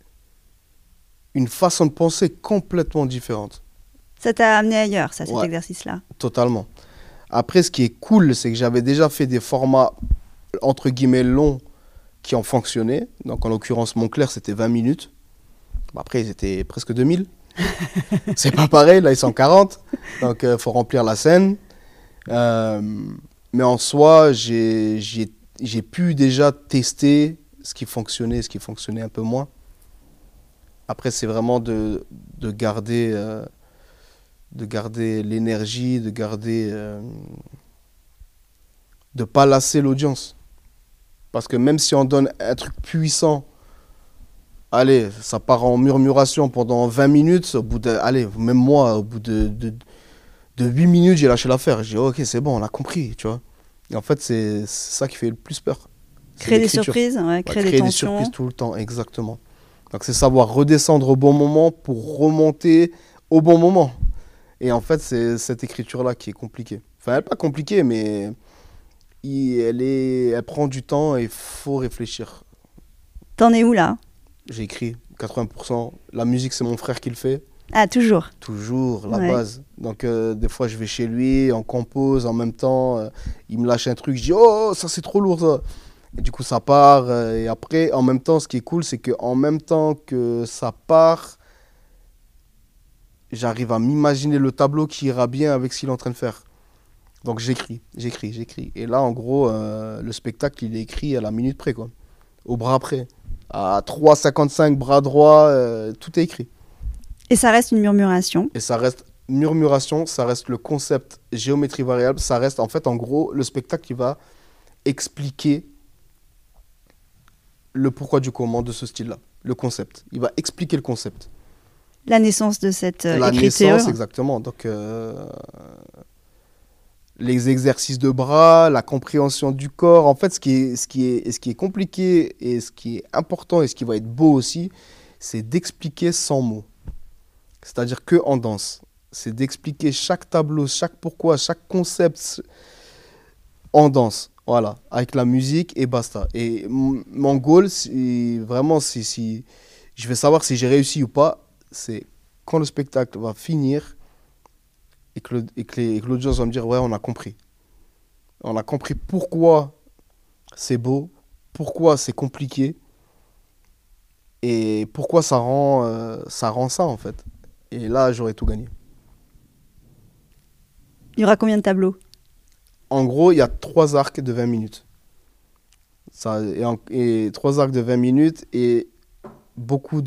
Speaker 2: façon de penser complètement différente.
Speaker 1: Ça t'a amené ailleurs, ça, cet
Speaker 2: Ouais,
Speaker 1: exercice-là?
Speaker 2: totalement. Après, ce qui est cool, c'est que j'avais déjà fait des formats, entre guillemets, longs qui ont fonctionné. Donc, en l'occurrence, Montclair, c'était 20 minutes. Après, ils étaient presque 2000. C'est pas pareil, là, ils sont 40. Donc, il faut remplir la scène. Mais en soi, j'ai pu déjà tester ce qui fonctionnait un peu moins. Après, c'est vraiment de garder l'énergie, de pas lasser l'audience. Parce que même si on donne un truc puissant, allez, ça part en murmuration pendant 20 minutes, même moi, au bout de 8 minutes, j'ai lâché l'affaire. J'ai dit, ok, c'est bon, on a compris, tu vois. Et en fait, c'est ça qui fait le plus peur.
Speaker 1: Créer des surprises, créer des tensions.
Speaker 2: Surprises tout le temps, exactement. Donc, c'est savoir redescendre au bon moment pour remonter au bon moment. Et en fait, c'est cette écriture-là qui est compliquée. Enfin, elle n'est pas compliquée, mais elle prend du temps et il faut réfléchir.
Speaker 1: T'en es où là?
Speaker 2: J'ai écrit 80%. La musique, c'est mon frère qui le fait.
Speaker 1: Ah, toujours?
Speaker 2: Toujours, la base. Donc, des fois, je vais chez lui, on compose en même temps. Il me lâche un truc, je dis, oh, ça, c'est trop lourd, ça. Et du coup, ça part. Et après, en même temps, ce qui est cool, c'est qu'en même temps que ça part, j'arrive à m'imaginer le tableau qui ira bien avec ce qu'il est en train de faire. Donc, j'écris. Et là, en gros, le spectacle, il est écrit à la minute près, quoi. Au bras près. À 3,55, bras droit, tout est écrit.
Speaker 1: Et ça reste une murmuration.
Speaker 2: Et ça reste murmuration, ça reste le concept géométrie variable, ça reste en fait en gros le spectacle qui va expliquer le pourquoi du comment de ce style-là, le concept. Il va expliquer le concept.
Speaker 1: La naissance de cette
Speaker 2: La
Speaker 1: écriture.
Speaker 2: naissance, exactement. Donc les exercices de bras, la compréhension du corps. En fait, ce qui est compliqué et ce qui est important et ce qui va être beau aussi, c'est d'expliquer sans mots. C'est-à-dire que en danse. C'est d'expliquer chaque tableau, chaque pourquoi, chaque concept en danse. Voilà, avec la musique et basta. Et mon goal, vraiment, si je vais savoir si j'ai réussi ou pas, c'est quand le spectacle va finir et que l'audience va me dire ouais, on a compris. On a compris pourquoi c'est beau, pourquoi c'est compliqué et pourquoi ça rend ça en fait. Et là, j'aurais tout gagné.
Speaker 1: Il y aura combien de tableaux?
Speaker 2: En gros, il y a 3 arcs de 20 minutes. Et 3 arcs de 20 minutes et beaucoup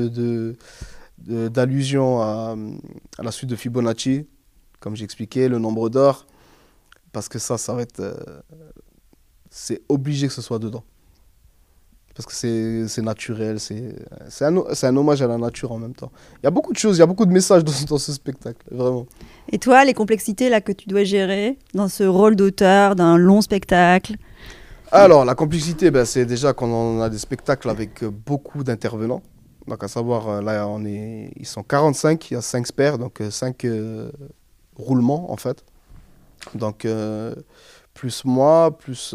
Speaker 2: d'allusions à la suite de Fibonacci, comme j'expliquais, le nombre d'or, parce que ça va être... c'est obligé que ce soit dedans. parce que c'est naturel, c'est un hommage à la nature en même temps. Il y a beaucoup de choses, il y a beaucoup de messages dans ce spectacle, vraiment.
Speaker 1: Et toi, les complexités là que tu dois gérer dans ce rôle d'auteur d'un long spectacle?
Speaker 2: Alors, la complexité, ben, c'est déjà qu'on a des spectacles avec beaucoup d'intervenants. Donc, à savoir, là, ils sont 45, il y a 5 spares, donc 5 roulements, en fait. Donc, plus moi, plus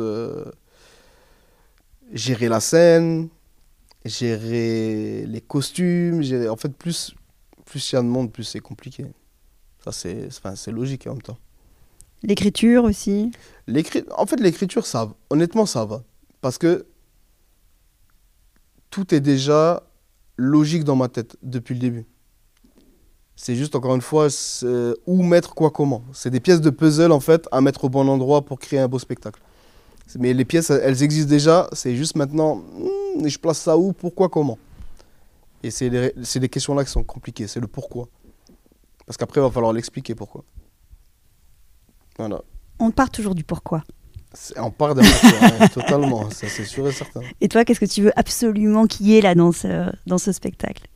Speaker 2: gérer la scène, gérer les costumes, en fait, plus il y a de monde, plus c'est compliqué. Ça, c'est logique en même temps.
Speaker 1: L'écriture aussi?
Speaker 2: En fait, l'écriture, honnêtement, ça va. Parce que tout est déjà logique dans ma tête depuis le début. C'est juste, encore une fois, où mettre quoi comment. C'est des pièces de puzzle, en fait, à mettre au bon endroit pour créer un beau spectacle. Mais les pièces, elles existent déjà. C'est juste maintenant, je place ça où, pourquoi, comment. Et c'est des questions-là qui sont compliquées. C'est le pourquoi. Parce qu'après, il va falloir l'expliquer pourquoi. Voilà.
Speaker 1: On part toujours du pourquoi.
Speaker 2: On part d'un pourquoi, totalement. Ça, c'est sûr et certain.
Speaker 1: Et toi, qu'est-ce que tu veux absolument qu'il y ait là dans ce spectacle?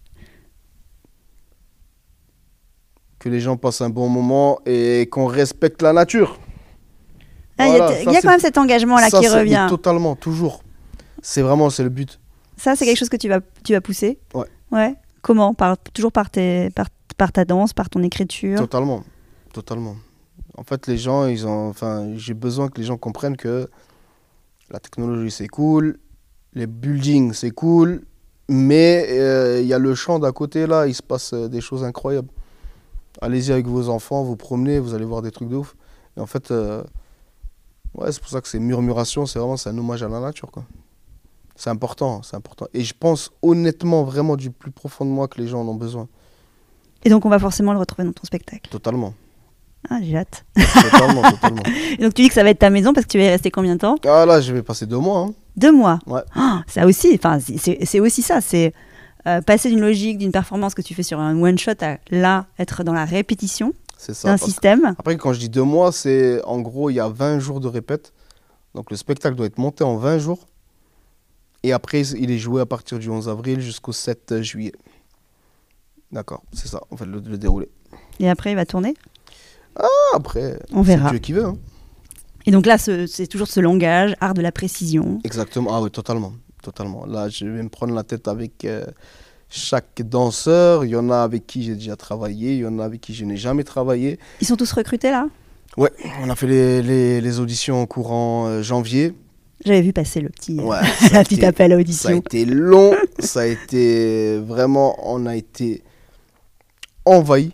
Speaker 2: Que les gens passent un bon moment et qu'on respecte la nature.
Speaker 1: Il y a quand même cet engagement-là qui revient.
Speaker 2: Totalement, toujours. C'est le but.
Speaker 1: Ça, c'est quelque chose que tu vas pousser?
Speaker 2: Ouais.
Speaker 1: Comment? Toujours par ta danse, par ton écriture?
Speaker 2: Totalement. En fait, les gens, j'ai besoin que les gens comprennent que la technologie, c'est cool, les buildings, c'est cool, mais il y a le champ d'à côté, là, il se passe des choses incroyables. Allez-y avec vos enfants, vous promenez, vous allez voir des trucs de ouf. Et en fait, c'est pour ça que c'est Murmuration, c'est un hommage à la nature, quoi. C'est important. Et je pense honnêtement, vraiment du plus profond de moi, que les gens en ont besoin.
Speaker 1: Et donc on va forcément le retrouver dans ton spectacle?
Speaker 2: Totalement.
Speaker 1: Ah, j'ai hâte.
Speaker 2: Totalement.
Speaker 1: Et donc tu dis que ça va être ta maison parce que tu vas y rester combien de temps?
Speaker 2: Ah là, je vais passer 2 mois. Hein.
Speaker 1: 2 mois?
Speaker 2: Ouais.
Speaker 1: Ça aussi, c'est aussi ça, c'est passer d'une logique, d'une performance que tu fais sur un one-shot à là, être dans la répétition d'un système.
Speaker 2: Après, quand je dis 2 mois, c'est en gros, il y a 20 jours de répète. Donc le spectacle doit être monté en 20 jours. Et après, il est joué à partir du 11 avril jusqu'au 7 juillet. D'accord, c'est ça, en fait, le déroulé.
Speaker 1: Et après, il va tourner?
Speaker 2: Après,
Speaker 1: on verra.
Speaker 2: C'est Dieu qui veut. Hein.
Speaker 1: Et donc là, c'est toujours ce langage, art de la précision.
Speaker 2: Exactement, ah oui, totalement. Là, je vais me prendre la tête avec chaque danseur. Il y en a avec qui j'ai déjà travaillé, il y en a avec qui je n'ai jamais travaillé.
Speaker 1: Ils sont tous recrutés là?
Speaker 2: Ouais, on a fait les auditions courant janvier.
Speaker 1: J'avais vu passer le petit,
Speaker 2: la
Speaker 1: petite appel à audition.
Speaker 2: Ça a été long, ça a été vraiment, on a été envahi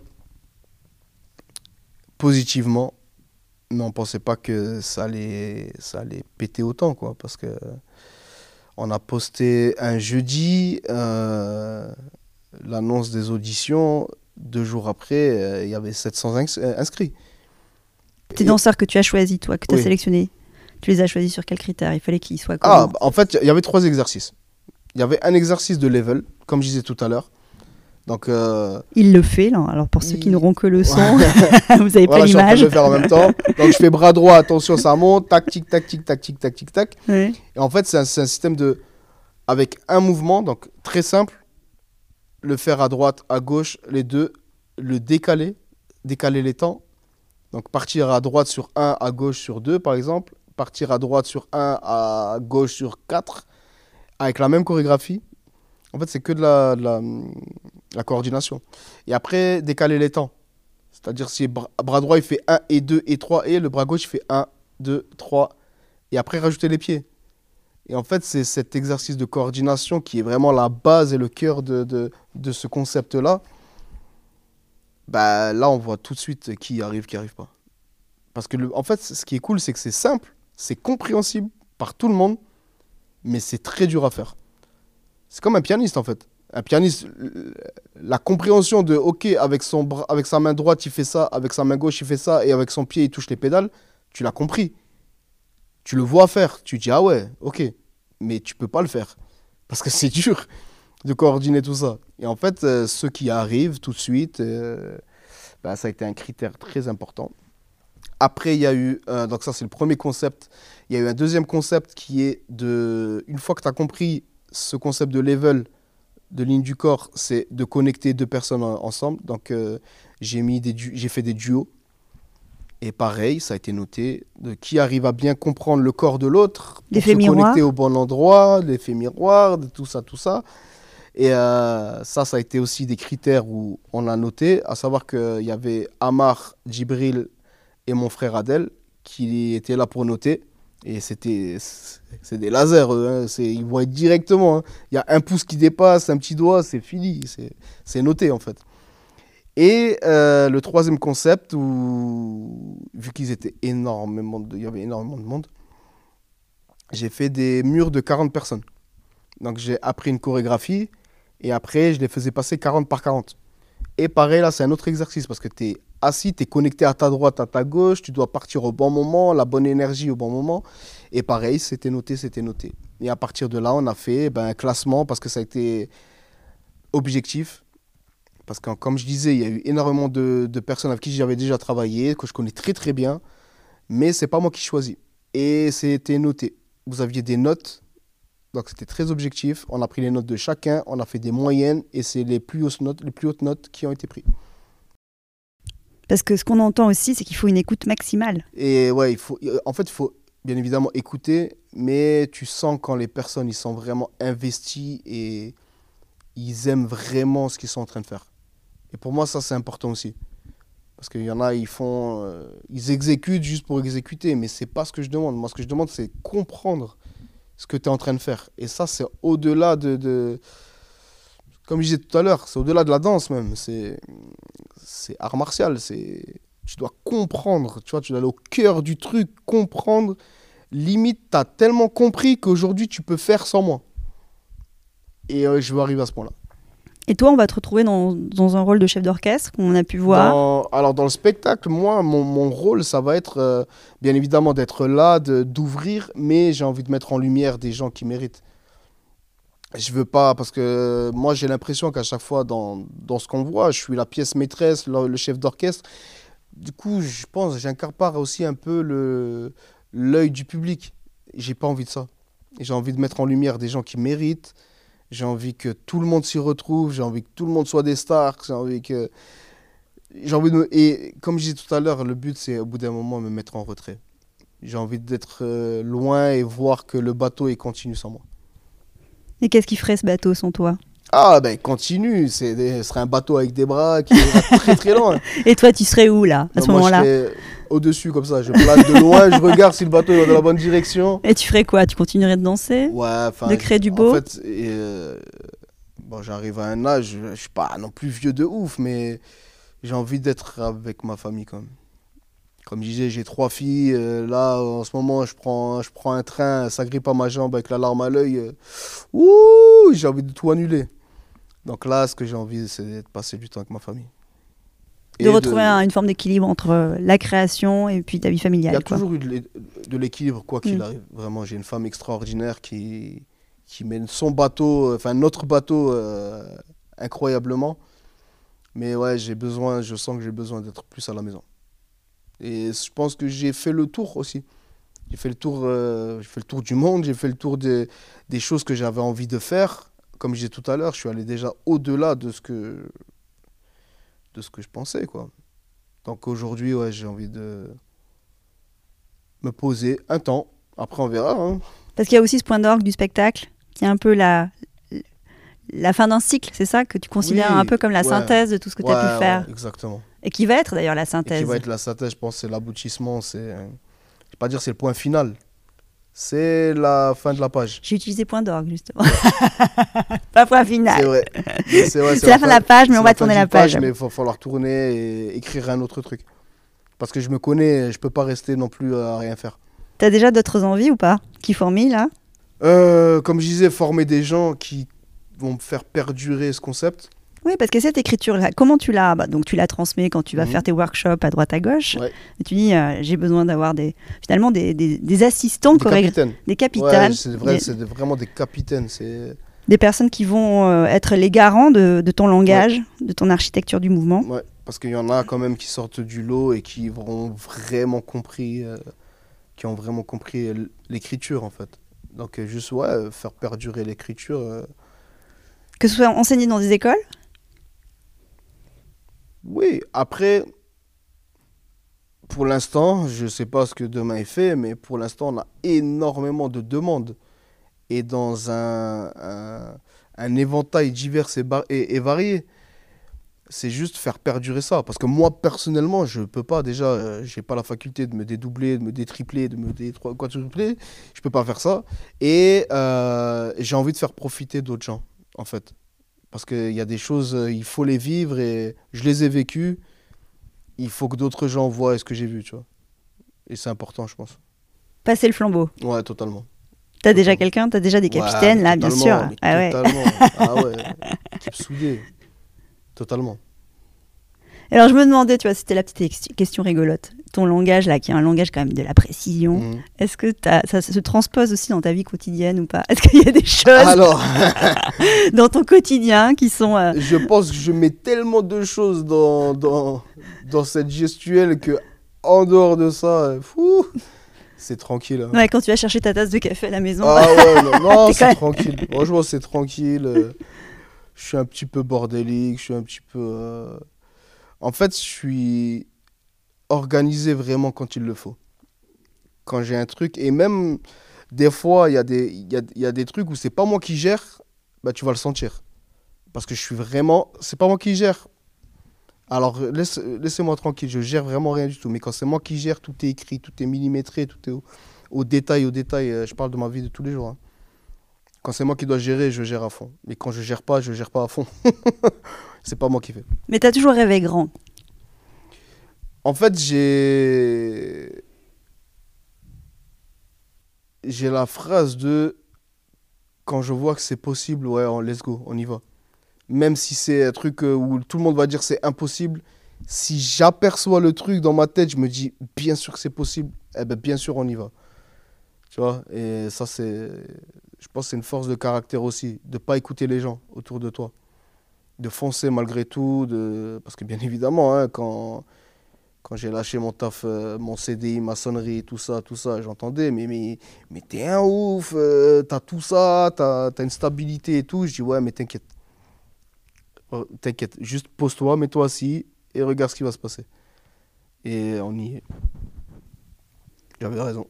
Speaker 2: positivement, mais on pensait pas que ça allait péter autant, quoi, parce que on a posté un jeudi l'annonce des auditions, 2 jours après, il y avait 700 inscrits.
Speaker 1: Tes danseurs que tu as choisis, toi, que tu as sélectionnés, tu les as choisis sur quels critères? Il fallait qu'ils soient comment?
Speaker 2: En fait, il y avait 3 exercices. Il y avait un exercice de level, comme je disais tout à l'heure. Donc,
Speaker 1: il le fait, là. Alors, pour ceux qui n'auront que le son, vous n'avez pas l'image.
Speaker 2: Je suis en train de le faire en même temps. Donc, je fais bras droit, attention, ça monte, tac, tic, tac, tic, tac, tic, tac, tic, tac.
Speaker 1: Ouais.
Speaker 2: Et en fait, c'est un système avec un mouvement, donc très simple, le faire à droite, à gauche, les deux, le décaler les temps. Donc, partir à droite sur 1, à gauche sur 2, par exemple. Partir à droite sur 1, à gauche sur 4, avec la même chorégraphie. En fait, c'est que de la coordination. Et après, décaler les temps. C'est-à-dire, si bras droit, il fait 1 et 2 et 3, et le bras gauche, il fait 1, 2, 3. Et après, rajouter les pieds. Et en fait, c'est cet exercice de coordination qui est vraiment la base et le cœur de ce concept-là. Bah, là, on voit tout de suite qui arrive pas. Parce que, en fait, ce qui est cool, c'est que c'est simple, c'est compréhensible par tout le monde, mais c'est très dur à faire. C'est comme un pianiste, en fait. Un pianiste, la compréhension de, OK, avec sa main droite, il fait ça, avec sa main gauche, il fait ça, et avec son pied, il touche les pédales, tu l'as compris. Tu le vois faire, tu dis, ah ouais, OK, mais tu peux pas le faire. Parce que c'est dur de coordonner tout ça. Et en fait, ceux qui arrivent tout de suite, ça a été un critère très important. Après, il y a eu, donc ça c'est le premier concept, il y a eu un deuxième concept qui est une fois que tu as compris ce concept de level, de ligne du corps, c'est de connecter deux personnes ensemble. Donc, j'ai fait des duos. Et pareil, ça a été noté de qui arrive à bien comprendre le corps de l'autre, pour
Speaker 1: L'effet
Speaker 2: se
Speaker 1: miroir.
Speaker 2: connecter au bon endroit, l'effet miroir, de tout ça, tout ça. Et ça a été aussi des critères où on a noté, à savoir qu'il y avait Amar, Djibril et mon frère Adel qui étaient là pour noter. Et c'est des lasers, eux, hein. Ils voient directement, hein. Il y a un pouce qui dépasse, un petit doigt, c'est fini. C'est noté, en fait. Et le troisième concept, vu qu'ils étaient il y avait énormément de monde, j'ai fait des murs de 40 personnes. Donc j'ai appris une chorégraphie et après je les faisais passer 40 par 40. Et pareil, là c'est un autre exercice parce que tu es assis, tu es connecté à ta droite, à ta gauche, tu dois partir au bon moment, la bonne énergie au bon moment. Et pareil, c'était noté, c'était noté. Et à partir de là, on a fait un classement parce que ça a été objectif. Parce que, comme je disais, il y a eu énormément de personnes avec qui j'avais déjà travaillé, que je connais très très bien, mais c'est pas moi qui choisis. Et c'était noté. Vous aviez des notes, donc c'était très objectif. On a pris les notes de chacun, on a fait des moyennes, et c'est les plus hautes notes qui ont été prises.
Speaker 1: Parce que ce qu'on entend aussi, c'est qu'il faut une écoute maximale.
Speaker 2: Et ouais, il faut bien évidemment écouter, mais tu sens quand les personnes ils sont vraiment investis et ils aiment vraiment ce qu'ils sont en train de faire. Et pour moi, ça, c'est important aussi. Parce qu'il y en a, ils exécutent juste pour exécuter, mais c'est pas ce que je demande. Moi, ce que je demande, c'est comprendre ce que tu es en train de faire. Et ça, c'est au-delà comme je disais tout à l'heure, c'est au-delà de la danse même. C'est art martial. Tu dois comprendre, tu vois, tu dois aller au cœur du truc, comprendre. Limite, tu as tellement compris qu'aujourd'hui, tu peux faire sans moi. Et je veux arriver à ce point-là.
Speaker 1: Et toi, on va te retrouver dans un rôle de chef d'orchestre qu'on a pu voir.
Speaker 2: Alors dans le spectacle, moi, mon rôle, ça va être bien évidemment d'être là, d'ouvrir, mais j'ai envie de mettre en lumière des gens qui méritent. Je veux pas, parce que moi j'ai l'impression qu'à chaque fois dans ce qu'on voit, je suis la pièce maîtresse, le chef d'orchestre. Du coup, je pense, j'incarpare aussi un peu l'œil du public. J'ai pas envie de ça. J'ai envie de mettre en lumière des gens qui méritent. J'ai envie que tout le monde s'y retrouve, j'ai envie que tout le monde soit des stars, Et comme je disais tout à l'heure, le but c'est au bout d'un moment me mettre en retrait. J'ai envie d'être loin et voir que le bateau il continue sans moi.
Speaker 1: Et qu'est-ce qui ferait ce bateau sans toi ?
Speaker 2: Ah ben il continue, ce serait un bateau avec des bras qui ira très très loin.
Speaker 1: Et toi tu serais où là, à ce moment-là ?
Speaker 2: Moi je serais au-dessus comme ça, je plane de loin, je regarde si le bateau va dans la bonne direction.
Speaker 1: Et tu ferais quoi ? Tu continuerais de danser ?
Speaker 2: Ouais,
Speaker 1: de créer du beau ?
Speaker 2: En fait, j'arrive à un âge, je suis pas non plus vieux de ouf, mais j'ai envie d'être avec ma famille quand même. Comme je disais, j'ai 3 filles. Là, en ce moment, je prends un train, ça grippe à ma jambe avec la larme à l'œil. J'ai envie de tout annuler. Donc là, ce que j'ai envie, c'est de passer du temps avec ma famille.
Speaker 1: De retrouver une forme d'équilibre entre la création et puis ta vie familiale.
Speaker 2: Il y a toujours eu de l'équilibre, quoi qu'il arrive. Vraiment, j'ai une femme extraordinaire qui mène son bateau, enfin notre bateau, incroyablement. Mais ouais, je sens que j'ai besoin d'être plus à la maison. Et je pense que j'ai fait le tour aussi. J'ai fait le tour du monde, j'ai fait le tour des choses que j'avais envie de faire. Comme je disais tout à l'heure, je suis allé déjà au-delà de ce que je pensais, quoi. Donc aujourd'hui, ouais, j'ai envie de me poser un temps. Après, on verra. Hein.
Speaker 1: Parce qu'il y a aussi ce point d'orgue du spectacle, qui est un peu la fin d'un cycle, c'est ça que tu considères un peu comme la synthèse de tout ce que tu as pu faire.
Speaker 2: Exactement.
Speaker 1: Et qui va être d'ailleurs la synthèse.
Speaker 2: Et qui va être la synthèse, je pense, c'est l'aboutissement. Je ne vais pas dire c'est le point final. C'est la fin de la page.
Speaker 1: J'ai utilisé point d'orgue, justement. Pas point final.
Speaker 2: C'est vrai.
Speaker 1: C'est la fin de la page, mais on va tourner la page.
Speaker 2: Mais il va falloir tourner et écrire un autre truc. Parce que je me connais, je ne peux pas rester non plus à rien faire.
Speaker 1: Tu as déjà d'autres envies ou pas qui fourmillent, là ?
Speaker 2: Comme je disais, former des gens qui vont faire perdurer ce concept.
Speaker 1: Oui, parce que cette écriture-là, comment tu l'as ? Donc tu la transmets quand tu vas faire tes workshops à droite à gauche.
Speaker 2: Ouais.
Speaker 1: Et tu dis, j'ai besoin d'avoir des assistants
Speaker 2: capitaines.
Speaker 1: Des capitaines.
Speaker 2: Ouais, c'est vraiment des capitaines.
Speaker 1: Des personnes qui vont être les garants de ton langage, de ton architecture du mouvement.
Speaker 2: Ouais, parce qu'il y en a quand même qui sortent du lot et qui ont vraiment compris l'écriture, en fait. Donc, juste, faire perdurer l'écriture.
Speaker 1: Que ce soit enseigné dans des écoles?
Speaker 2: Oui, après, pour l'instant, je ne sais pas ce que demain est fait, mais pour l'instant, on a énormément de demandes. Et dans un éventail divers et varié. C'est juste faire perdurer ça. Parce que moi, personnellement, je peux pas déjà, j'ai pas la faculté de me dédoubler, de me détripler, de me quadrupler. Je peux pas faire ça. Et j'ai envie de faire profiter d'autres gens, en fait. Parce qu'il y a des choses, il faut les vivre et je les ai vécues. Il faut que d'autres gens voient ce que j'ai vu, tu vois. Et c'est important, je pense.
Speaker 1: Passer le flambeau.
Speaker 2: Ouais, totalement.
Speaker 1: T'as déjà quelqu'un? T'as déjà des capitaines, là, bien sûr.
Speaker 2: Ah ouais. Totalement. Ah ouais. Équipe soudée. Totalement.
Speaker 1: Alors, je me demandais, tu vois, c'était la petite question rigolote. Ton langage, là, qui est un langage quand même de la précision, est-ce que ça se transpose aussi dans ta vie quotidienne ou pas? Est-ce qu'il y a des choses dans ton quotidien qui sont...
Speaker 2: Je pense que je mets tellement de choses dans cette gestuelle que en dehors de ça, c'est tranquille. Hein.
Speaker 1: Ouais, quand tu vas chercher ta tasse de café à la maison.
Speaker 2: Ah ouais, non c'est tranquille. Franchement, c'est tranquille. Je suis un petit peu bordélique, je suis un petit peu... En fait, je suis organisé vraiment quand il le faut. Quand j'ai un truc, et même des fois, il y a des trucs où c'est pas moi qui gère, bah tu vas le sentir. Parce que je suis vraiment... C'est pas moi qui gère. Alors, laissez-moi tranquille, je gère vraiment rien du tout. Mais quand c'est moi qui gère, tout est écrit, tout est millimétré, tout est au détail. Je parle de ma vie de tous les jours. Hein. Quand c'est moi qui dois gérer, je gère à fond. Mais quand je gère pas à fond. C'est pas moi qui fais.
Speaker 1: Mais t'as toujours rêvé grand.
Speaker 2: En fait, j'ai la phrase de quand je vois que c'est possible, let's go, on y va. Même si c'est un truc où tout le monde va dire c'est impossible, si j'aperçois le truc dans ma tête, je me dis bien sûr que c'est possible, eh ben bien sûr on y va. Tu vois, et ça je pense que c'est une force de caractère aussi, de pas écouter les gens autour de toi. De foncer malgré tout, parce que bien évidemment, hein, quand j'ai lâché mon taf, mon CDI, ma sonnerie, tout ça, j'entendais, mais t'es un ouf, t'as tout ça, t'as une stabilité et tout. Je dis, ouais, mais t'inquiète. T'inquiète, juste pose-toi, mets-toi assis et regarde ce qui va se passer. Et on y est. J'avais raison.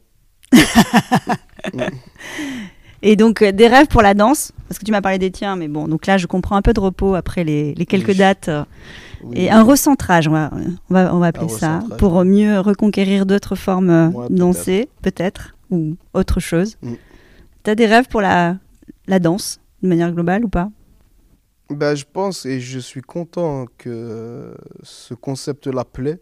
Speaker 1: Et donc, des rêves pour la danse, parce que tu m'as parlé des tiens, mais bon, donc là, je comprends un peu de repos après les quelques dates. Et un recentrage, on va appeler ça, pour mieux reconquérir d'autres formes dansées, peut-être, ou autre chose. Tu as des rêves pour la danse, de manière globale ou pas?
Speaker 2: Ben, je pense, et je suis content que ce concept-là plaît.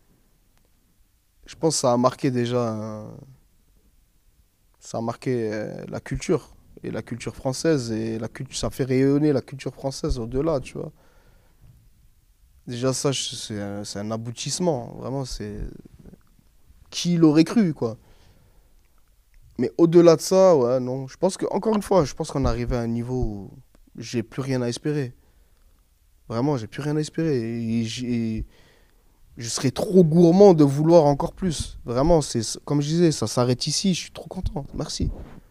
Speaker 2: Je pense que ça a marqué déjà... Ça a marqué la culture, et la culture française, et ça fait rayonner la culture française au-delà, tu vois. Déjà ça, c'est un aboutissement, vraiment, c'est... Qui l'aurait cru, quoi. Mais au-delà de ça, ouais, non, je pense encore une fois, je pense qu'on est arrivé à un niveau où j'ai plus rien à espérer. Vraiment, j'ai plus rien à espérer. Et je serais trop gourmand de vouloir encore plus. Vraiment, comme je disais, ça s'arrête ici. Je suis trop content. Merci.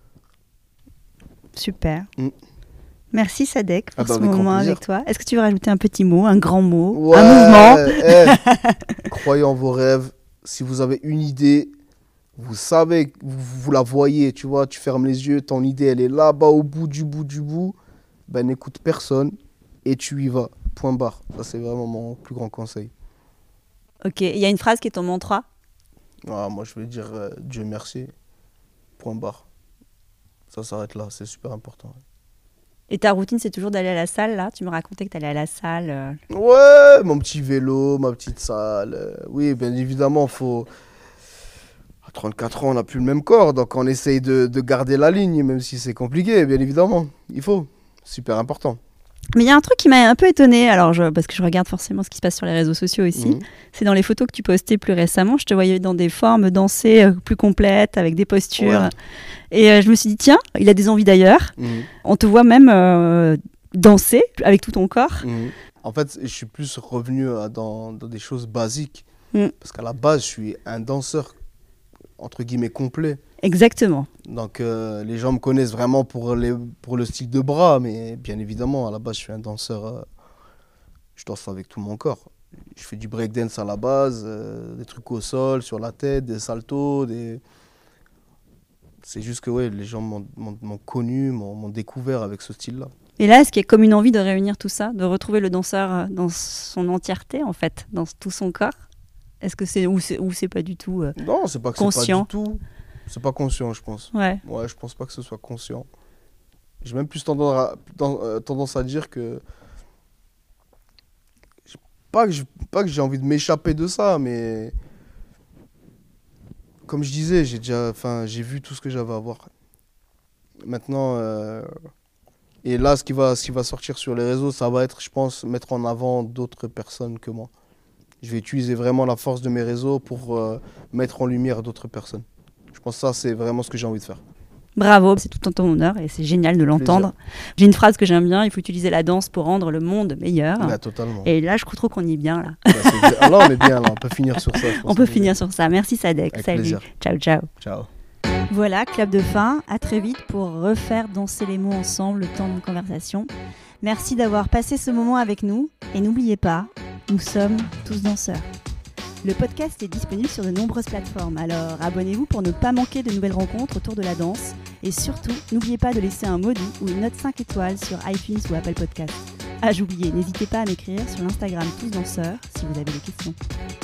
Speaker 1: Super. Merci Sadek pour ce moment
Speaker 2: plaisir.
Speaker 1: avec toi. Est-ce que tu veux rajouter un petit mot, un grand mot, un mouvement?
Speaker 2: Croyez en vos rêves. Si vous avez une idée, vous savez, vous la voyez, tu vois, tu fermes les yeux, ton idée, elle est là-bas au bout du bout. Ben, n'écoute personne et tu y vas. Point barre. Ça, c'est vraiment mon plus grand conseil.
Speaker 1: Ok, il y a une phrase qui est ton mantra?
Speaker 2: Moi, je vais dire Dieu merci. Point barre. Ça s'arrête là, c'est super important.
Speaker 1: Et ta routine, c'est toujours d'aller à la salle, là? Tu me racontais que tu allais à la salle.
Speaker 2: Ouais, mon petit vélo, ma petite salle. Oui, bien évidemment, faut... À 34 ans, on n'a plus le même corps, donc on essaye de garder la ligne, même si c'est compliqué, bien évidemment. Il faut. Super important.
Speaker 1: Mais il y a un truc qui m'a un peu étonnée, parce que je regarde forcément ce qui se passe sur les réseaux sociaux aussi. C'est dans les photos que tu postais plus récemment, je te voyais dans des formes dansées plus complètes, avec des postures. Ouais. Et je me suis dit, tiens, il a des envies d'ailleurs. On te voit même danser avec tout ton corps.
Speaker 2: En fait, je suis plus revenu dans des choses basiques. Parce qu'à la base, je suis un danseur, entre guillemets, complet.
Speaker 1: Exactement.
Speaker 2: Donc les gens me connaissent vraiment pour le style de bras, mais bien évidemment, à la base, je suis un danseur, je danse avec tout mon corps. Je fais du breakdance à la base, des trucs au sol, sur la tête, des saltos, C'est juste que ouais, les gens m'ont connu, m'ont découvert avec ce style-là.
Speaker 1: Et là, est-ce qu'il y a comme une envie de réunir tout ça, de retrouver le danseur dans son entièreté, en fait, dans tout son corps? Est-ce que c'est ou c'est pas du tout
Speaker 2: Non, c'est pas que
Speaker 1: conscient?
Speaker 2: c'est pas du tout. C'est pas conscient, je pense.
Speaker 1: Ouais.
Speaker 2: Ouais, je pense pas que ce soit conscient. J'ai même plus tendance à dire que pas que j'ai envie de m'échapper de ça, mais comme je disais, j'ai vu tout ce que j'avais à voir. Maintenant, et là, ce qui va sortir sur les réseaux, ça va être, je pense, mettre en avant d'autres personnes que moi. Je vais utiliser vraiment la force de mes réseaux pour mettre en lumière d'autres personnes. Je pense que ça, c'est vraiment ce que j'ai envie de faire.
Speaker 1: Bravo, c'est tout en ton honneur et c'est génial de l'entendre. J'ai une phrase que j'aime bien, il faut utiliser la danse pour rendre le monde meilleur.
Speaker 2: Bah, totalement.
Speaker 1: Et là, je trouve trop qu'on y est bien. Là.
Speaker 2: Bah, là, on est bien, là. On peut finir sur ça.
Speaker 1: On peut finir sur ça. Merci Sadek.
Speaker 2: Avec
Speaker 1: Salut.
Speaker 2: plaisir.
Speaker 1: Ciao, ciao.
Speaker 2: Ciao.
Speaker 1: Voilà, clap de fin. À très vite pour refaire danser les mots ensemble le temps d'une conversation. Merci d'avoir passé ce moment avec nous. Et n'oubliez pas, nous sommes tous danseurs. Le podcast est disponible sur de nombreuses plateformes, alors abonnez-vous pour ne pas manquer de nouvelles rencontres autour de la danse. Et surtout, n'oubliez pas de laisser un mot doux ou une note 5 étoiles sur iTunes ou Apple Podcasts. Ah, j'oubliais, n'hésitez pas à m'écrire sur l'Instagram Tous Danseurs si vous avez des questions.